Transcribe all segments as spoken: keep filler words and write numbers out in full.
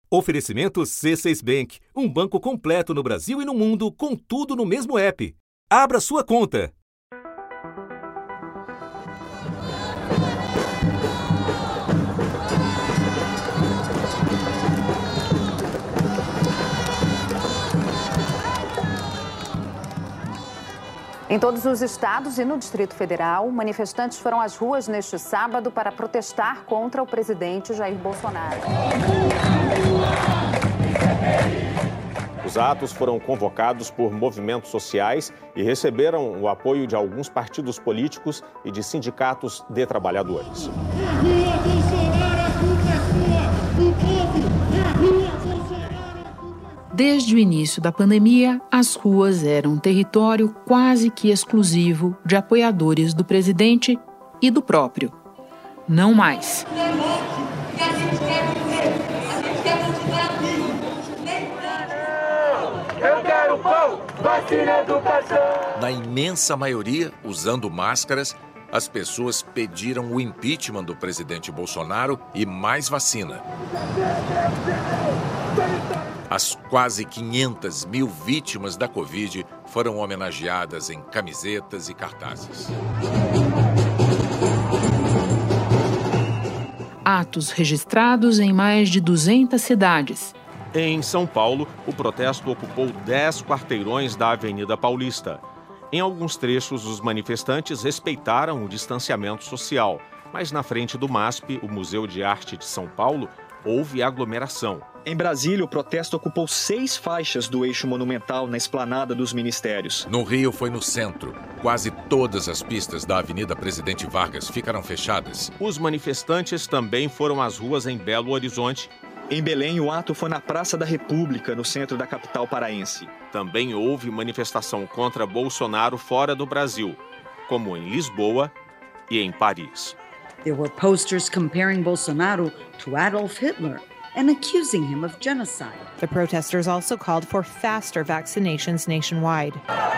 Oferecimento C seis Bank, um banco completo no Brasil e no mundo, com tudo no mesmo app. Abra sua conta. Em todos os estados e no Distrito Federal, manifestantes foram às ruas neste sábado para protestar contra o presidente Jair Bolsonaro. Os atos foram convocados por movimentos sociais e receberam o apoio de alguns partidos políticos e de sindicatos de trabalhadores. Desde o início da pandemia, as ruas eram um território quase que exclusivo de apoiadores do presidente e do próprio. Não mais. Eu quero pão, vacina, educação. Na imensa maioria, usando máscaras, as pessoas pediram o impeachment do presidente Bolsonaro e mais vacina. As quase quinhentas mil vítimas da Covid foram homenageadas em camisetas e cartazes. Atos registrados em mais de duzentas cidades. Em São Paulo, o protesto ocupou dez quarteirões da Avenida Paulista. Em alguns trechos, os manifestantes respeitaram o distanciamento social, mas na frente do M A S P, o Museu de Arte de São Paulo, houve aglomeração. Em Brasília, o protesto ocupou seis faixas do eixo monumental na esplanada dos ministérios. No Rio, foi no centro. Quase todas as pistas da Avenida Presidente Vargas ficaram fechadas. Os manifestantes também foram às ruas em Belo Horizonte. Em Belém, o ato foi na Praça da República, no centro da capital paraense. Também houve manifestação contra Bolsonaro fora do Brasil, como em Lisboa e em Paris. There were posters comparing Bolsonaro to Adolf Hitler and accusing him of genocide. The protesters also called for faster vaccinations nationwide.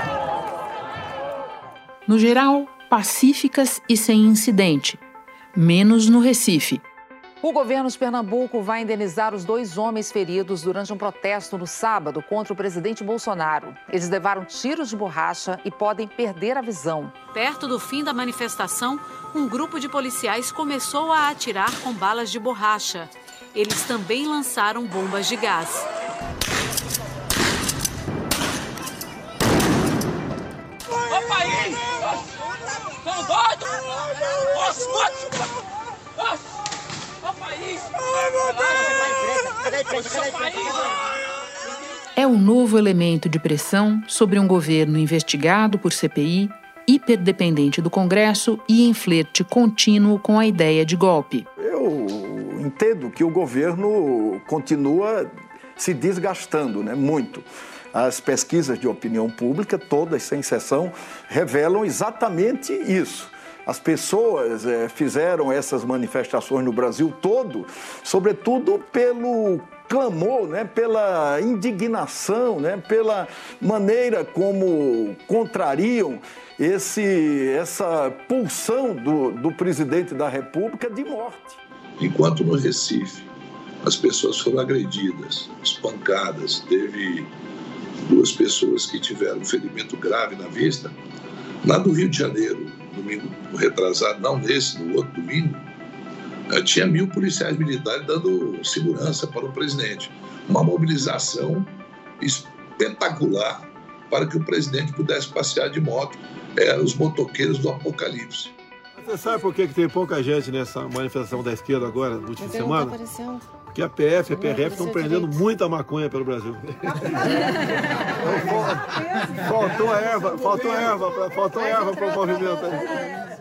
No geral, pacíficas e sem incidente, menos no Recife. O governo de Pernambuco vai indenizar os dois homens feridos durante um protesto no sábado contra o presidente Bolsonaro. Eles levaram tiros de borracha e podem perder a visão. Perto do fim da manifestação, um grupo de policiais começou a atirar com balas de borracha. Eles também lançaram bombas de gás. Opa aí! São doidos! É o novo elemento de pressão sobre um governo investigado por C P I, hiperdependente do Congresso e em flerte contínuo com a ideia de golpe. Eu entendo que o governo continua se desgastando, né, muito. As pesquisas de opinião pública, todas sem exceção, revelam exatamente isso. As pessoas é, fizeram essas manifestações no Brasil todo, sobretudo pelo clamor, né, pela indignação, né, pela maneira como contrariam esse, essa pulsão do, do presidente da República de morte. Enquanto no Recife as pessoas foram agredidas, espancadas, teve duas pessoas que tiveram ferimento grave na vista, lá do Rio de Janeiro, domingo retrasado, não nesse, no outro domingo, tinha mil policiais militares dando segurança para o presidente. Uma mobilização espetacular para que o presidente pudesse passear de moto. Eram os motoqueiros do apocalipse. Você sabe por que tem pouca gente nessa manifestação da esquerda agora, no último semana? Porque a P F e a P R F estão prendendo muita maconha pelo Brasil. Faltou erva, faltou erva, faltou erva para o movimento aí.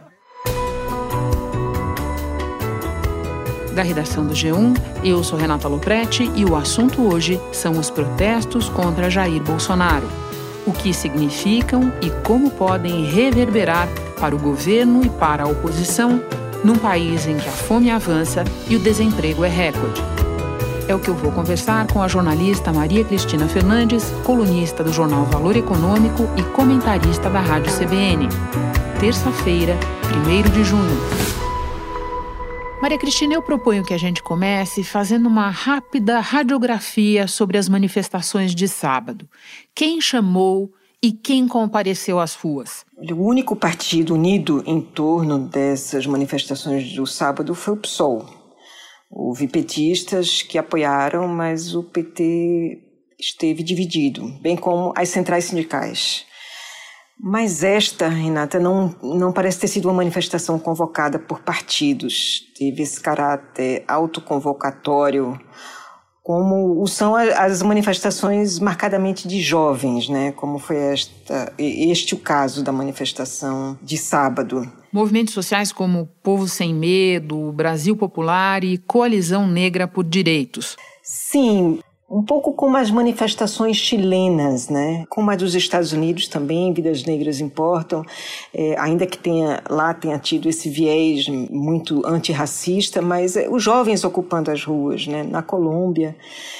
Da redação do G um, eu sou Renata Lopretti e o assunto hoje são os protestos contra Jair Bolsonaro. O que significam e como podem reverberar para o governo e para a oposição num país em que a fome avança e o desemprego é recorde. É o que eu vou conversar com a jornalista Maria Cristina Fernandes, colunista do jornal Valor Econômico e comentarista da Rádio C B N. Terça-feira, primeiro de junho. Maria Cristina, eu proponho que a gente comece fazendo uma rápida radiografia sobre as manifestações de sábado. Quem chamou e quem compareceu às ruas? O único partido unido em torno dessas manifestações do sábado foi o P SOL. Houve petistas que apoiaram, mas o P T esteve dividido, bem como as centrais sindicais. Mas esta, Renata, não, não parece ter sido uma manifestação convocada por partidos. Teve esse caráter autoconvocatório, como são as manifestações marcadamente de jovens, né? Como foi esta, este o caso da manifestação de sábado. Movimentos sociais como Povo Sem Medo, Brasil Popular e Coalizão Negra por Direitos. Sim, um pouco como as manifestações chilenas, né? Como a dos Estados Unidos também, Vidas Negras Importam, é, ainda que tenha, lá tenha tido esse viés muito antirracista, mas é, os jovens ocupando as ruas, né? Na Colômbia.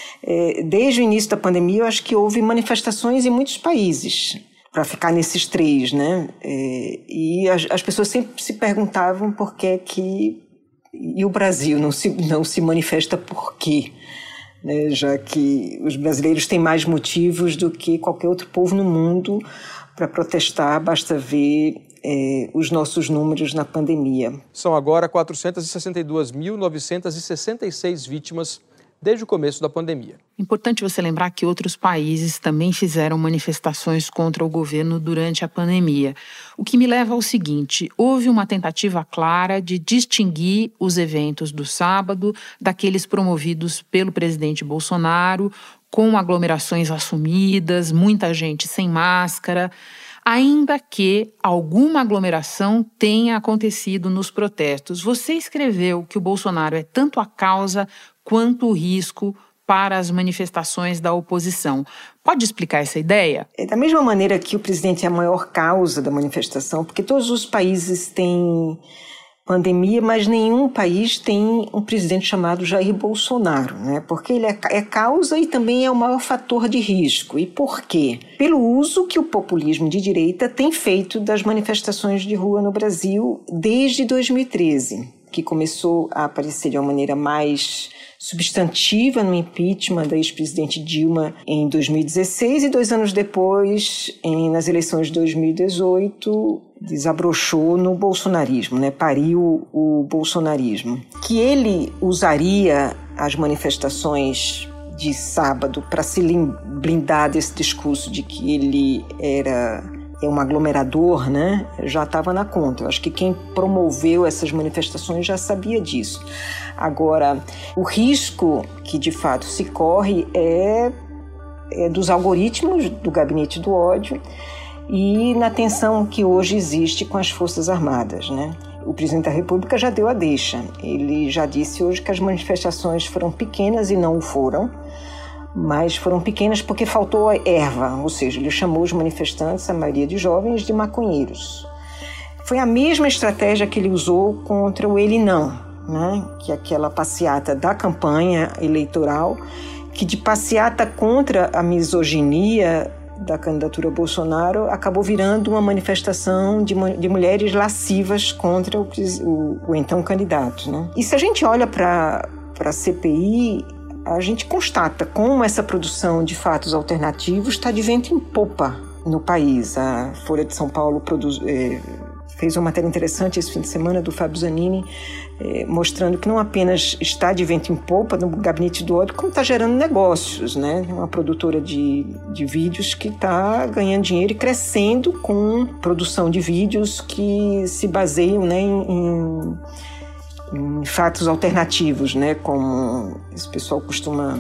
É, desde o início da pandemia, eu acho que houve manifestações em muitos países, para ficar nesses três, né? É, e as, as pessoas sempre se perguntavam por que que... E o Brasil não se, não se manifesta por quê? Né, já que os brasileiros têm mais motivos do que qualquer outro povo no mundo para protestar, basta ver é, os nossos números na pandemia. São agora quatrocentas e sessenta e duas mil, novecentas e sessenta e seis vítimas desde o começo da pandemia. Importante você lembrar que outros países também fizeram manifestações contra o governo durante a pandemia. O que me leva ao seguinte: houve uma tentativa clara de distinguir os eventos do sábado daqueles promovidos pelo presidente Bolsonaro, com aglomerações assumidas, muita gente sem máscara, ainda que alguma aglomeração tenha acontecido nos protestos. Você escreveu que o Bolsonaro é tanto a causa quanto o risco para as manifestações da oposição. Pode explicar essa ideia? É da mesma maneira que o presidente é a maior causa da manifestação, porque todos os países têm pandemia, mas nenhum país tem um presidente chamado Jair Bolsonaro, né? Porque ele é, é causa e também é o maior fator de risco. E por quê? Pelo uso que o populismo de direita tem feito das manifestações de rua no Brasil desde dois mil e treze, que começou a aparecer de uma maneira mais substantiva no impeachment da ex-presidente Dilma em dois mil e dezesseis e dois anos depois, em, nas eleições de dois mil e dezoito, desabrochou no bolsonarismo, né? Pariu o bolsonarismo. Que ele usaria as manifestações de sábado para se blindar desse discurso de que ele era é um aglomerador, né? Já estava na conta. Eu acho que quem promoveu essas manifestações já sabia disso. Agora, o risco que de fato se corre é, é dos algoritmos do gabinete do ódio e na tensão que hoje existe com as Forças Armadas, né? O presidente da República já deu a deixa. Ele já disse hoje que as manifestações foram pequenas e não o foram, mas foram pequenas porque faltou a erva, ou seja, ele chamou os manifestantes, a maioria de jovens, de maconheiros. Foi a mesma estratégia que ele usou contra o Ele Não, né? Que é aquela passeata da campanha eleitoral, que de passeata contra a misoginia da candidatura Bolsonaro acabou virando uma manifestação de, de mulheres lascivas contra o, o, o então candidato, né? E se a gente olha para a C P I, a gente constata como essa produção de fatos alternativos está de vento em popa no país. A Folha de São Paulo produz, é, fez uma matéria interessante esse fim de semana do Fábio Zanini, é, mostrando que não apenas está de vento em popa no gabinete do ódio, como está gerando negócios, né? Uma produtora de, de vídeos que está ganhando dinheiro e crescendo com produção de vídeos que se baseiam, né, em, em em fatos alternativos, né, como esse pessoal costuma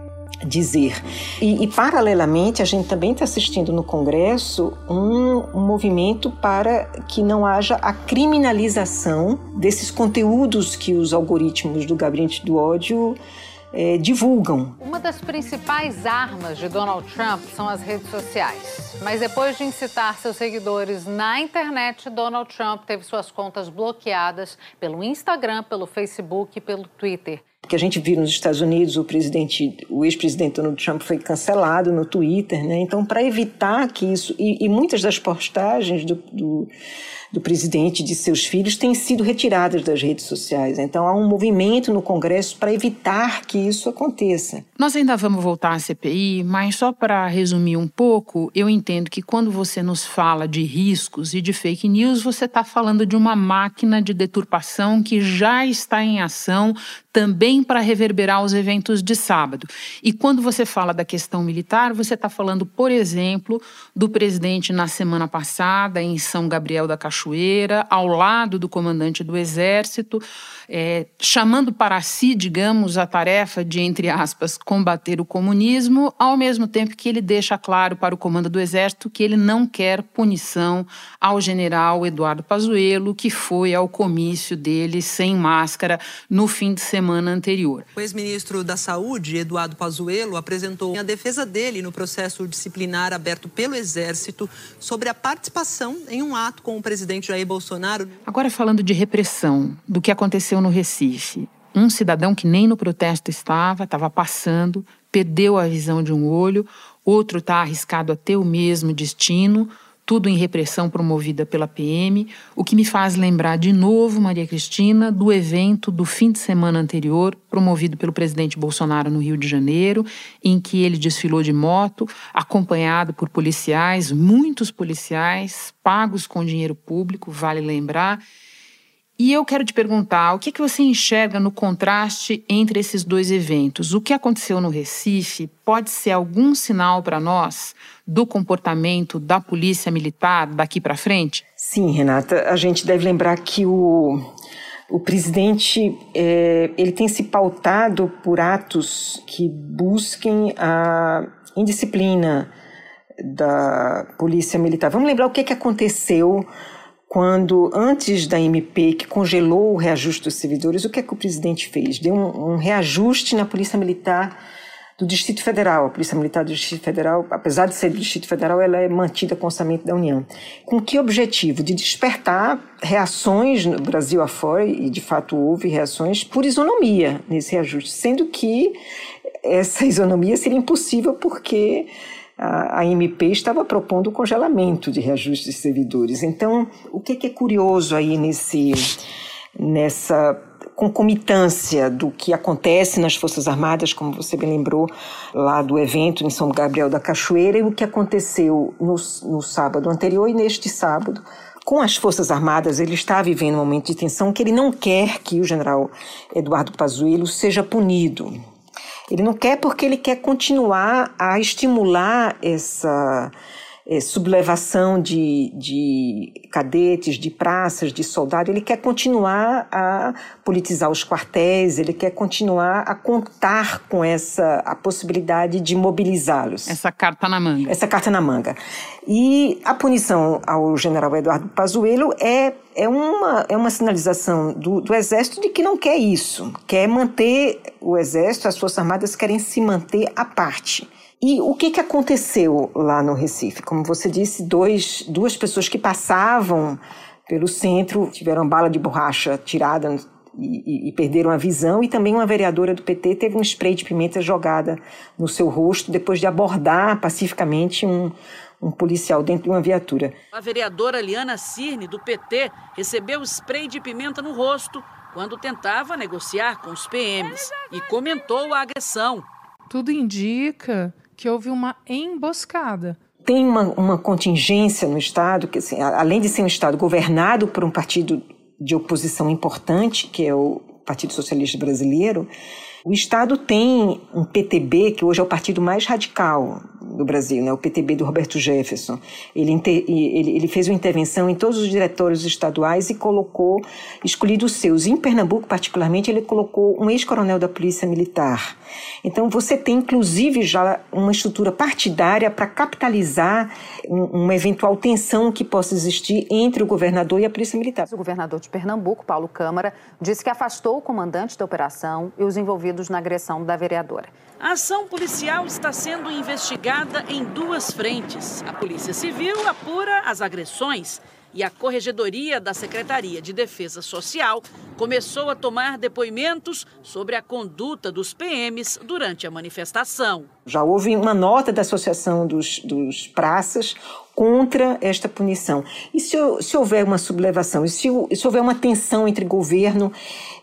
dizer. E, e paralelamente, a gente também está assistindo no Congresso um, um movimento para que não haja a criminalização desses conteúdos que os algoritmos do gabinete do ódio É, divulgam. Uma das principais armas de Donald Trump são as redes sociais. Mas depois de incitar seus seguidores na internet, Donald Trump teve suas contas bloqueadas pelo Instagram, pelo Facebook e pelo Twitter. Que a gente viu nos Estados Unidos, o presidente, o ex-presidente Donald Trump foi cancelado no Twitter, né? Então, para evitar que isso... E, e muitas das postagens do, do, do presidente e de seus filhos têm sido retiradas das redes sociais. Então há um movimento no Congresso para evitar que isso aconteça. Nós ainda vamos voltar à C P I, mas só para resumir um pouco, eu entendo que quando você nos fala de riscos e de fake news, você está falando de uma máquina de deturpação que já está em ação também para reverberar os eventos de sábado. E quando você fala da questão militar, você está falando, por exemplo, do presidente na semana passada em São Gabriel da Cachoeira, ao lado do comandante do Exército, é, chamando para si, digamos, a tarefa de, entre aspas, combater o comunismo, ao mesmo tempo que ele deixa claro para o comando do Exército que ele não quer punição ao general Eduardo Pazuello, que foi ao comício dele sem máscara no fim de semana anterior. O ex-ministro da Saúde, Eduardo Pazuello, apresentou a defesa dele no processo disciplinar aberto pelo Exército sobre a participação em um ato com o presidente Jair Bolsonaro. Agora falando de repressão, do que aconteceu no Recife. Um cidadão que nem no protesto estava, estava passando, perdeu a visão de um olho, outro está arriscado a ter o mesmo destino, tudo em repressão promovida pela P M, o que me faz lembrar de novo, Maria Cristina, do evento do fim de semana anterior, promovido pelo presidente Bolsonaro no Rio de Janeiro, em que ele desfilou de moto, acompanhado por policiais, muitos policiais, pagos com dinheiro público, vale lembrar. E eu quero te perguntar, o que, que você enxerga no contraste entre esses dois eventos? O que aconteceu no Recife pode ser algum sinal para nós do comportamento da polícia militar daqui para frente? Sim, Renata, a gente deve lembrar que o, o presidente é, ele tem se pautado por atos que busquem a indisciplina da polícia militar. Vamos lembrar o que, que aconteceu quando, antes da M P, que congelou o reajuste dos servidores, o que é que o presidente fez? Deu um, um reajuste na Polícia Militar do Distrito Federal. A Polícia Militar do Distrito Federal, apesar de ser do Distrito Federal, ela é mantida com o orçamento da União. Com que objetivo? De despertar reações no Brasil afora, e de fato houve reações por isonomia nesse reajuste, sendo que essa isonomia seria impossível porque a M P estava propondo o congelamento de reajuste de servidores. Então, o que é curioso aí nesse, nessa concomitância do que acontece nas Forças Armadas, como você bem lembrou, lá do evento em São Gabriel da Cachoeira, e o que aconteceu no, no sábado anterior e neste sábado. Com as Forças Armadas, ele está vivendo um momento de tensão que ele não quer que o general Eduardo Pazuello seja punido. Ele não quer porque ele quer continuar a estimular essa é, sublevação de, de cadetes, de praças, de soldados. Ele quer continuar a politizar os quartéis, ele quer continuar a contar com essa a possibilidade de mobilizá-los. Essa carta na manga. Essa carta na manga. E a punição ao general Eduardo Pazuello é, é, uma, é uma sinalização do, do Exército de que não quer isso, quer manter o Exército, as Forças Armadas querem se manter à parte. E o que, que aconteceu lá no Recife? Como você disse, dois, duas pessoas que passavam pelo centro tiveram bala de borracha tirada e, e, e perderam a visão, e também uma vereadora do P T teve um spray de pimenta jogada no seu rosto depois de abordar pacificamente um, um policial dentro de uma viatura. A vereadora Liana Cirne, do P T, recebeu spray de pimenta no rosto quando tentava negociar com os P Ms e comentou a agressão. Tudo indica que houve uma emboscada. Tem uma, uma contingência no Estado, que assim, além de ser um Estado governado por um partido de oposição importante, que é o Partido Socialista Brasileiro, o Estado tem um P T B, que hoje é o partido mais radical do Brasil, né? O P T B do Roberto Jefferson. Ele, ele, ele fez uma intervenção em todos os diretórios estaduais e colocou, escolhido os seus. Em Pernambuco, particularmente, ele colocou um ex-coronel da Polícia Militar. Então, você tem, inclusive, já uma estrutura partidária para capitalizar um, uma eventual tensão que possa existir entre o governador e a Polícia Militar. O governador de Pernambuco, Paulo Câmara, disse que afastou o comandante da operação e os envolvidos na agressão da vereadora. A ação policial está sendo investigada em duas frentes. A Polícia Civil apura as agressões e a Corregedoria da Secretaria de Defesa Social começou a tomar depoimentos sobre a conduta dos P Ms durante a manifestação. Já houve uma nota da Associação dos, dos Praças contra esta punição. E se, se houver uma sublevação, e se, se houver uma tensão entre governo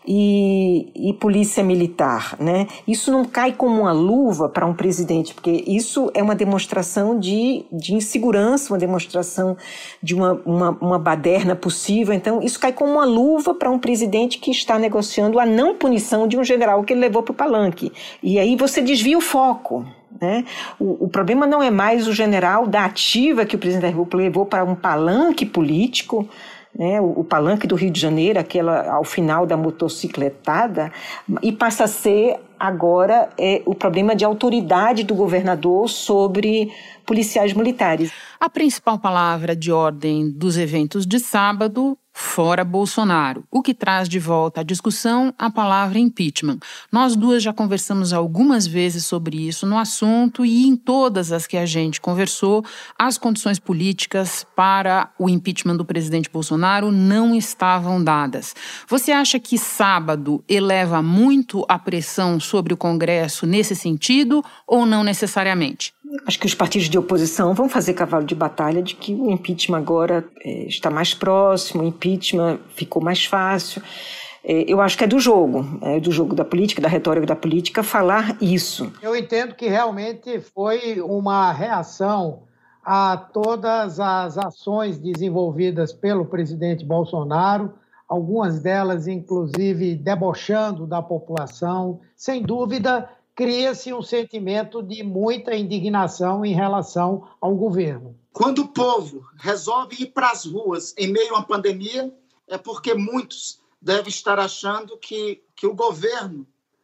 e, e polícia militar, né? Isso não cai como uma luva para um presidente, porque isso é uma demonstração de, de insegurança, uma demonstração de uma, uma, uma baderna possível. Então, isso cai como uma luva para um presidente que está negociando a não punição de um general que ele levou para o palanque. E aí você desvia o foco. Né? O, o problema não é mais o general da ativa que o presidente da República levou para um palanque político, né? o, o palanque do Rio de Janeiro, aquela ao final da motocicletada, e passa a ser agora é, o problema de autoridade do governador sobre policiais militares. A principal palavra de ordem dos eventos de sábado, fora Bolsonaro, o que traz de volta à discussão a palavra impeachment. Nós duas já conversamos algumas vezes sobre isso no assunto e em todas as que a gente conversou, as condições políticas para o impeachment do presidente Bolsonaro não estavam dadas. Você acha que sábado eleva muito a pressão sobre o Congresso nesse sentido ou não necessariamente? Acho que os partidos de oposição vão fazer cavalo de batalha de que o impeachment agora é, está mais próximo, o impeachment ficou mais fácil. É, eu acho que é do jogo, é do jogo da política, da retórica da política, falar isso. Eu entendo que realmente foi uma reação a todas as ações desenvolvidas pelo presidente Bolsonaro, algumas delas, inclusive, debochando da população. Sem dúvida, cria-se um sentimento de muita indignação em relação ao governo. Quando o povo resolve ir para as ruas em meio a uma pandemia, é porque muitos devem estar achando que, que o governo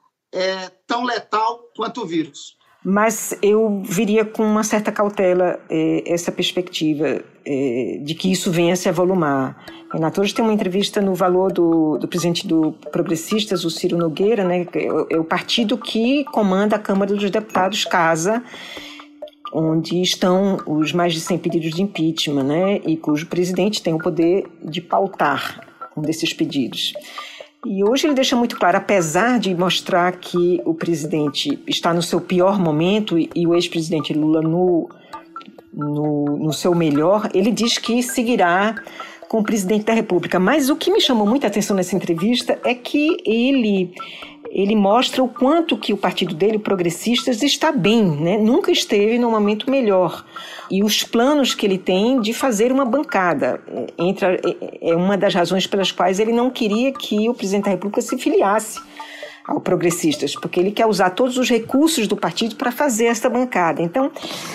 é tão letal quanto o vírus. Mas eu viria com uma certa cautela eh, essa perspectiva eh, de que isso venha a se avolumar. Renato, hoje tem uma entrevista no Valor do, do presidente do Progressistas, o Ciro Nogueira, né, é o partido que comanda a Câmara dos Deputados, Casa, onde estão os mais de cem pedidos de impeachment, né, e cujo presidente tem o poder de pautar um desses pedidos. E hoje ele deixa muito claro, apesar de mostrar que o presidente está no seu pior momento e o ex-presidente Lula no, no, no seu melhor, ele diz que seguirá com o presidente da República. Mas o que me chamou muita atenção nessa entrevista é que ele, ele mostra o quanto que o partido dele, o Progressistas, está bem, né? Nunca esteve num momento melhor. E os planos que ele tem de fazer uma bancada entra, é uma das razões pelas quais ele não queria que o presidente da República se filiasse ao Progressistas, porque ele quer usar todos os recursos do partido para fazer essa bancada. Então,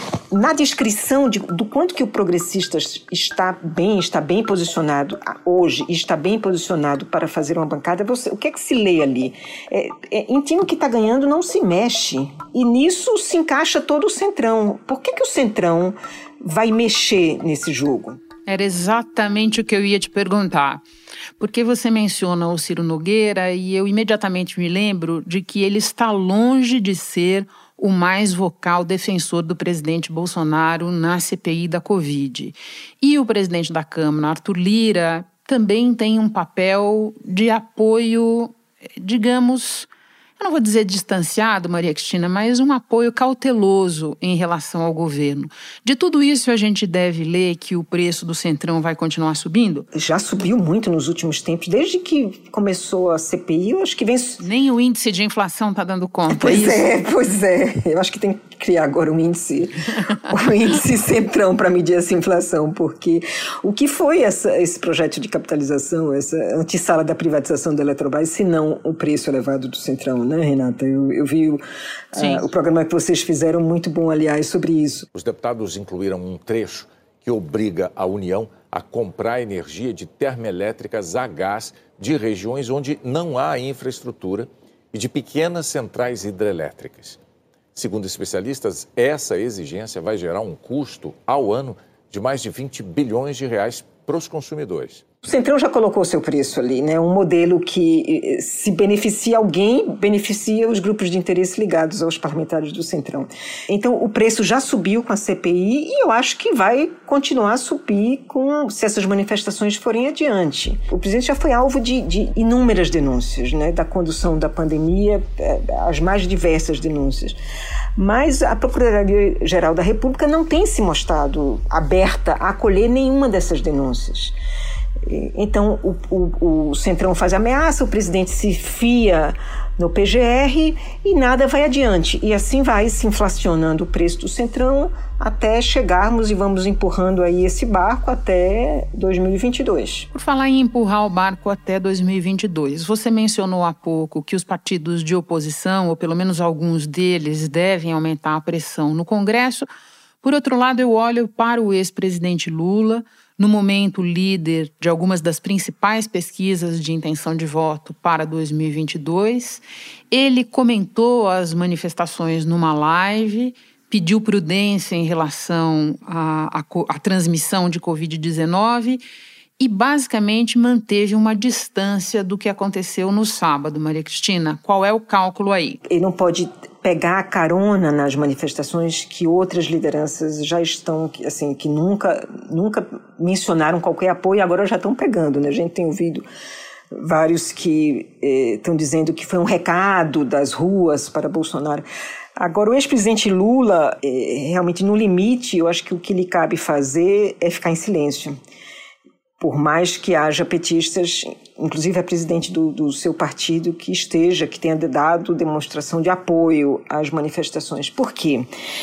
na descrição de, do quanto que o Progressistas está bem, está bem posicionado hoje, está bem posicionado para fazer uma bancada, você, o que é que se lê ali? É, é, em time que está ganhando não se mexe, e nisso se encaixa todo o Centrão. Por que que o Centrão vai mexer nesse jogo? Era exatamente o que eu ia te perguntar. Porque você menciona o Ciro Nogueira e eu imediatamente me lembro de que ele está longe de ser o mais vocal defensor do presidente Bolsonaro na C P I da Covid. E o presidente da Câmara, Arthur Lira, também tem um papel de apoio, digamos, eu não vou dizer distanciado, Maria Cristina, mas um apoio cauteloso em relação ao governo. De tudo isso, a gente deve ler que o preço do Centrão vai continuar subindo? Já subiu muito nos últimos tempos. Desde que começou a C P I, eu acho que vem... Nem o índice de inflação está dando conta. Pois é, é, pois é. Eu acho que tem que criar agora um índice, um índice Centrão para medir essa inflação, porque o que foi essa, esse projeto de capitalização, essa antessala da privatização da Eletrobras, se não o preço elevado do Centrão? Né, Renata? Eu, eu vi o, uh, o programa que vocês fizeram, muito bom, aliás, sobre isso. Os deputados incluíram um trecho que obriga a União a comprar energia de termoelétricas a gás de regiões onde não há infraestrutura e de pequenas centrais hidrelétricas. Segundo especialistas, essa exigência vai gerar um custo ao ano de mais de vinte bilhões de reais para os consumidores. O Centrão já colocou seu preço ali, né? Um modelo que, se beneficia alguém, beneficia os grupos de interesse ligados aos parlamentares do Centrão. Então, o preço já subiu com a C P I e eu acho que vai continuar a subir com, se essas manifestações forem adiante. O presidente já foi alvo de, de inúmeras denúncias, né? Da condução da pandemia, as mais diversas denúncias. Mas a Procuradoria-Geral da República não tem se mostrado aberta a acolher nenhuma dessas denúncias. Então, o, o, o Centrão faz ameaça, o presidente se fia no P G R e nada vai adiante. E assim vai se inflacionando o preço do Centrão até chegarmos e vamos empurrando aí esse barco até dois mil e vinte e dois. Por falar em empurrar o barco até dois mil e vinte e dois, você mencionou há pouco que os partidos de oposição, ou pelo menos alguns deles, devem aumentar a pressão no Congresso. Por outro lado, eu olho para o ex-presidente Lula, no momento líder de algumas das principais pesquisas de intenção de voto para dois mil e vinte e dois. Ele comentou as manifestações numa live, pediu prudência em relação à, à, à transmissão de covid dezenove e basicamente manteve uma distância do que aconteceu no sábado. Maria Cristina, qual é o cálculo aí? Ele não pode pegar a carona nas manifestações que outras lideranças já estão, assim, que nunca, nunca mencionaram qualquer apoio e agora já estão pegando, né? A gente tem ouvido vários que estão eh, dizendo que foi um recado das ruas para Bolsonaro. Agora, o ex-presidente Lula, eh, realmente no limite, eu acho que o que lhe cabe fazer é ficar em silêncio. Por mais que haja petistas, inclusive a presidente do, do seu partido, que esteja, que tenha dado demonstração de apoio às manifestações. Por quê?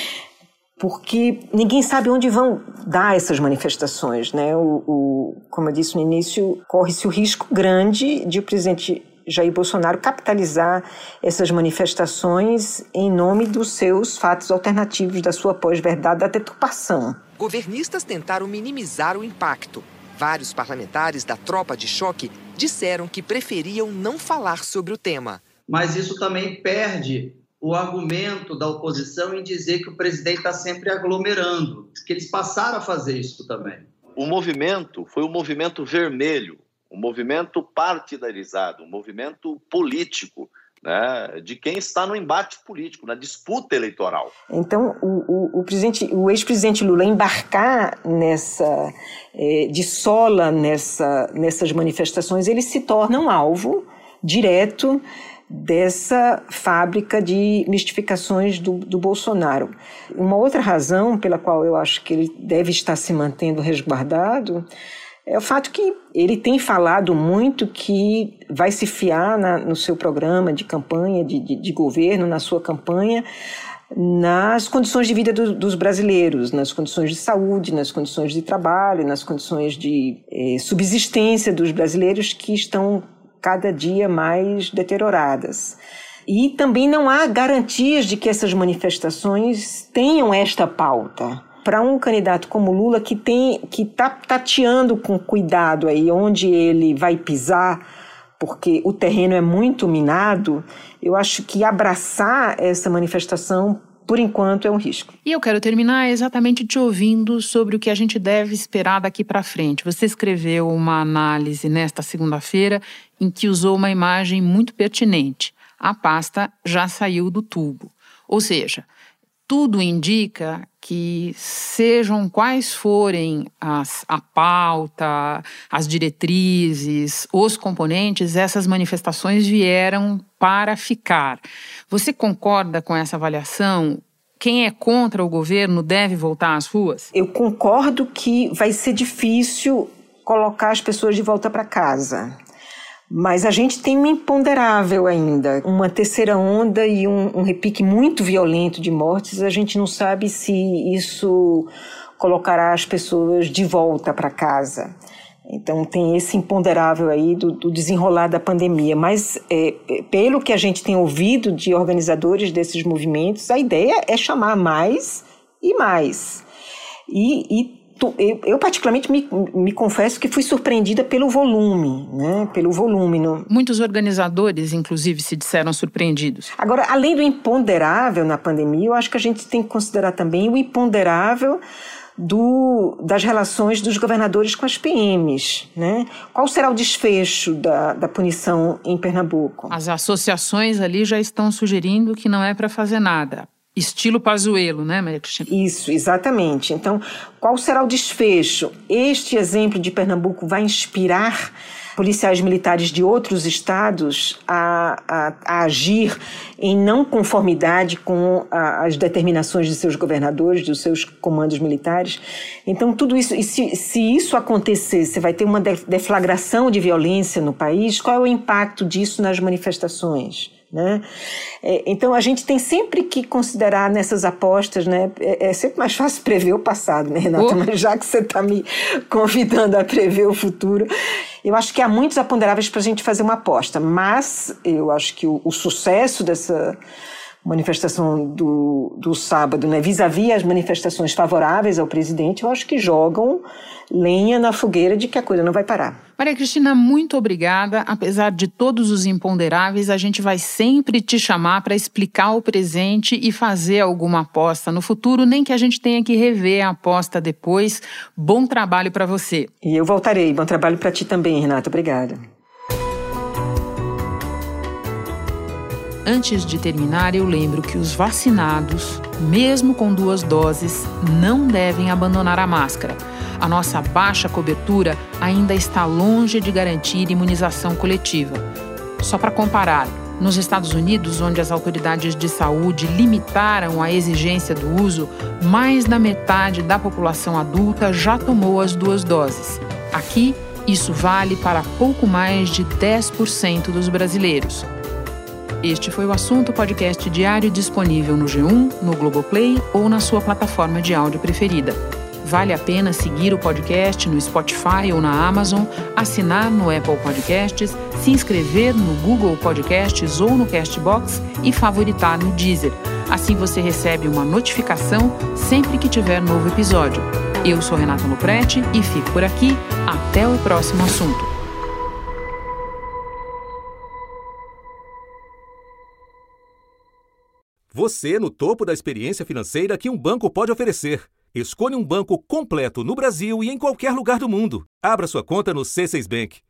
Porque ninguém sabe onde vão dar essas manifestações, né? O, o, como eu disse no início, corre-se o risco grande de o presidente Jair Bolsonaro capitalizar essas manifestações em nome dos seus fatos alternativos, da sua pós-verdade, da deturpação. Governistas tentaram minimizar o impacto. Vários parlamentares da tropa de choque disseram que preferiam não falar sobre o tema. Mas isso também perde o argumento da oposição em dizer que o presidente está sempre aglomerando, que eles passaram a fazer isso também. O movimento foi um movimento vermelho, um movimento partidarizado, um movimento político, né, de quem está no embate político, na disputa eleitoral. Então, o, o, o, presidente, o ex-presidente Lula embarcar nessa, é, de sola nessa, nessas manifestações, ele se torna um alvo direto dessa fábrica de mistificações do, do Bolsonaro. Uma outra razão pela qual eu acho que ele deve estar se mantendo resguardado é o fato que ele tem falado muito que vai se fiar na, no seu programa de campanha, de, de, de governo, na sua campanha, nas condições de vida do, dos brasileiros, nas condições de saúde, nas condições de trabalho, nas condições de eh, subsistência dos brasileiros que estão cada dia mais deterioradas. E também não há garantias de que essas manifestações tenham esta pauta. Para um candidato como Lula, que tem, que está tateando com cuidado aí onde ele vai pisar, porque o terreno é muito minado, eu acho que abraçar essa manifestação, por enquanto, é um risco. E eu quero terminar exatamente te ouvindo sobre o que a gente deve esperar daqui para frente. Você escreveu uma análise nesta segunda-feira em que usou uma imagem muito pertinente. A pasta já saiu do tubo. Ou seja, tudo indica que, sejam quais forem as, a pauta, as diretrizes, os componentes, essas manifestações vieram para ficar. Você concorda com essa avaliação? Quem é contra o governo deve voltar às ruas? Eu concordo que vai ser difícil colocar as pessoas de volta para casa. Mas a gente tem um imponderável ainda, uma terceira onda e um, um repique muito violento de mortes. A gente não sabe se isso colocará as pessoas de volta para casa. Então tem esse imponderável aí do, do desenrolar da pandemia. Mas é, pelo que a gente tem ouvido de organizadores desses movimentos, a ideia é chamar mais e mais. E, e Eu, eu particularmente me, me confesso que fui surpreendida pelo volume, né? Pelo volume. No... Muitos organizadores, inclusive, se disseram surpreendidos. Agora, além do imponderável na pandemia, eu acho que a gente tem que considerar também o imponderável do, das relações dos governadores com as P Ms, né? Qual será o desfecho da, da punição em Pernambuco? As associações ali já estão sugerindo que não é para fazer nada. Estilo Pazuello, né, Maria Cristina? Isso, exatamente. Então, qual será o desfecho? Este exemplo de Pernambuco vai inspirar policiais militares de outros estados a, a, a agir em não conformidade com a, as determinações de seus governadores, dos seus comandos militares. Então, tudo isso, e se, se isso acontecer, você vai ter uma deflagração de violência no país, qual é o impacto disso nas manifestações? Né? É, então a gente tem sempre que considerar nessas apostas, né? é, é sempre mais fácil prever o passado, né, Renata? Oh. Mas já que você está me convidando a prever o futuro, eu acho que há muitos aponderáveis para a gente fazer uma aposta, mas eu acho que o, o sucesso dessa manifestação do, do sábado, né, vis-à-vis as manifestações favoráveis ao presidente, eu acho que jogam lenha na fogueira de que a coisa não vai parar. Maria Cristina, muito obrigada. Apesar de todos os imponderáveis, a gente vai sempre te chamar para explicar o presente e fazer alguma aposta no futuro, nem que a gente tenha que rever a aposta depois. Bom trabalho para você. E eu voltarei. Bom trabalho para ti também, Renata. Obrigada. Antes de terminar, eu lembro que os vacinados, mesmo com duas doses, não devem abandonar a máscara. A nossa baixa cobertura ainda está longe de garantir imunização coletiva. Só para comparar, nos Estados Unidos, onde as autoridades de saúde limitaram a exigência do uso, mais da metade da população adulta já tomou as duas doses. Aqui, isso vale para pouco mais de dez por cento dos brasileiros. Este foi o Assunto Podcast Diário, disponível no G um, no Globoplay ou na sua plataforma de áudio preferida. Vale a pena seguir o podcast no Spotify ou na Amazon, assinar no Apple Podcasts, se inscrever no Google Podcasts ou no Castbox e favoritar no Deezer. Assim você recebe uma notificação sempre que tiver novo episódio. Eu sou Renata Loprete e fico por aqui. Até o próximo assunto. Você no topo da experiência financeira que um banco pode oferecer. Escolha um banco completo no Brasil e em qualquer lugar do mundo. Abra sua conta no C seis Bank.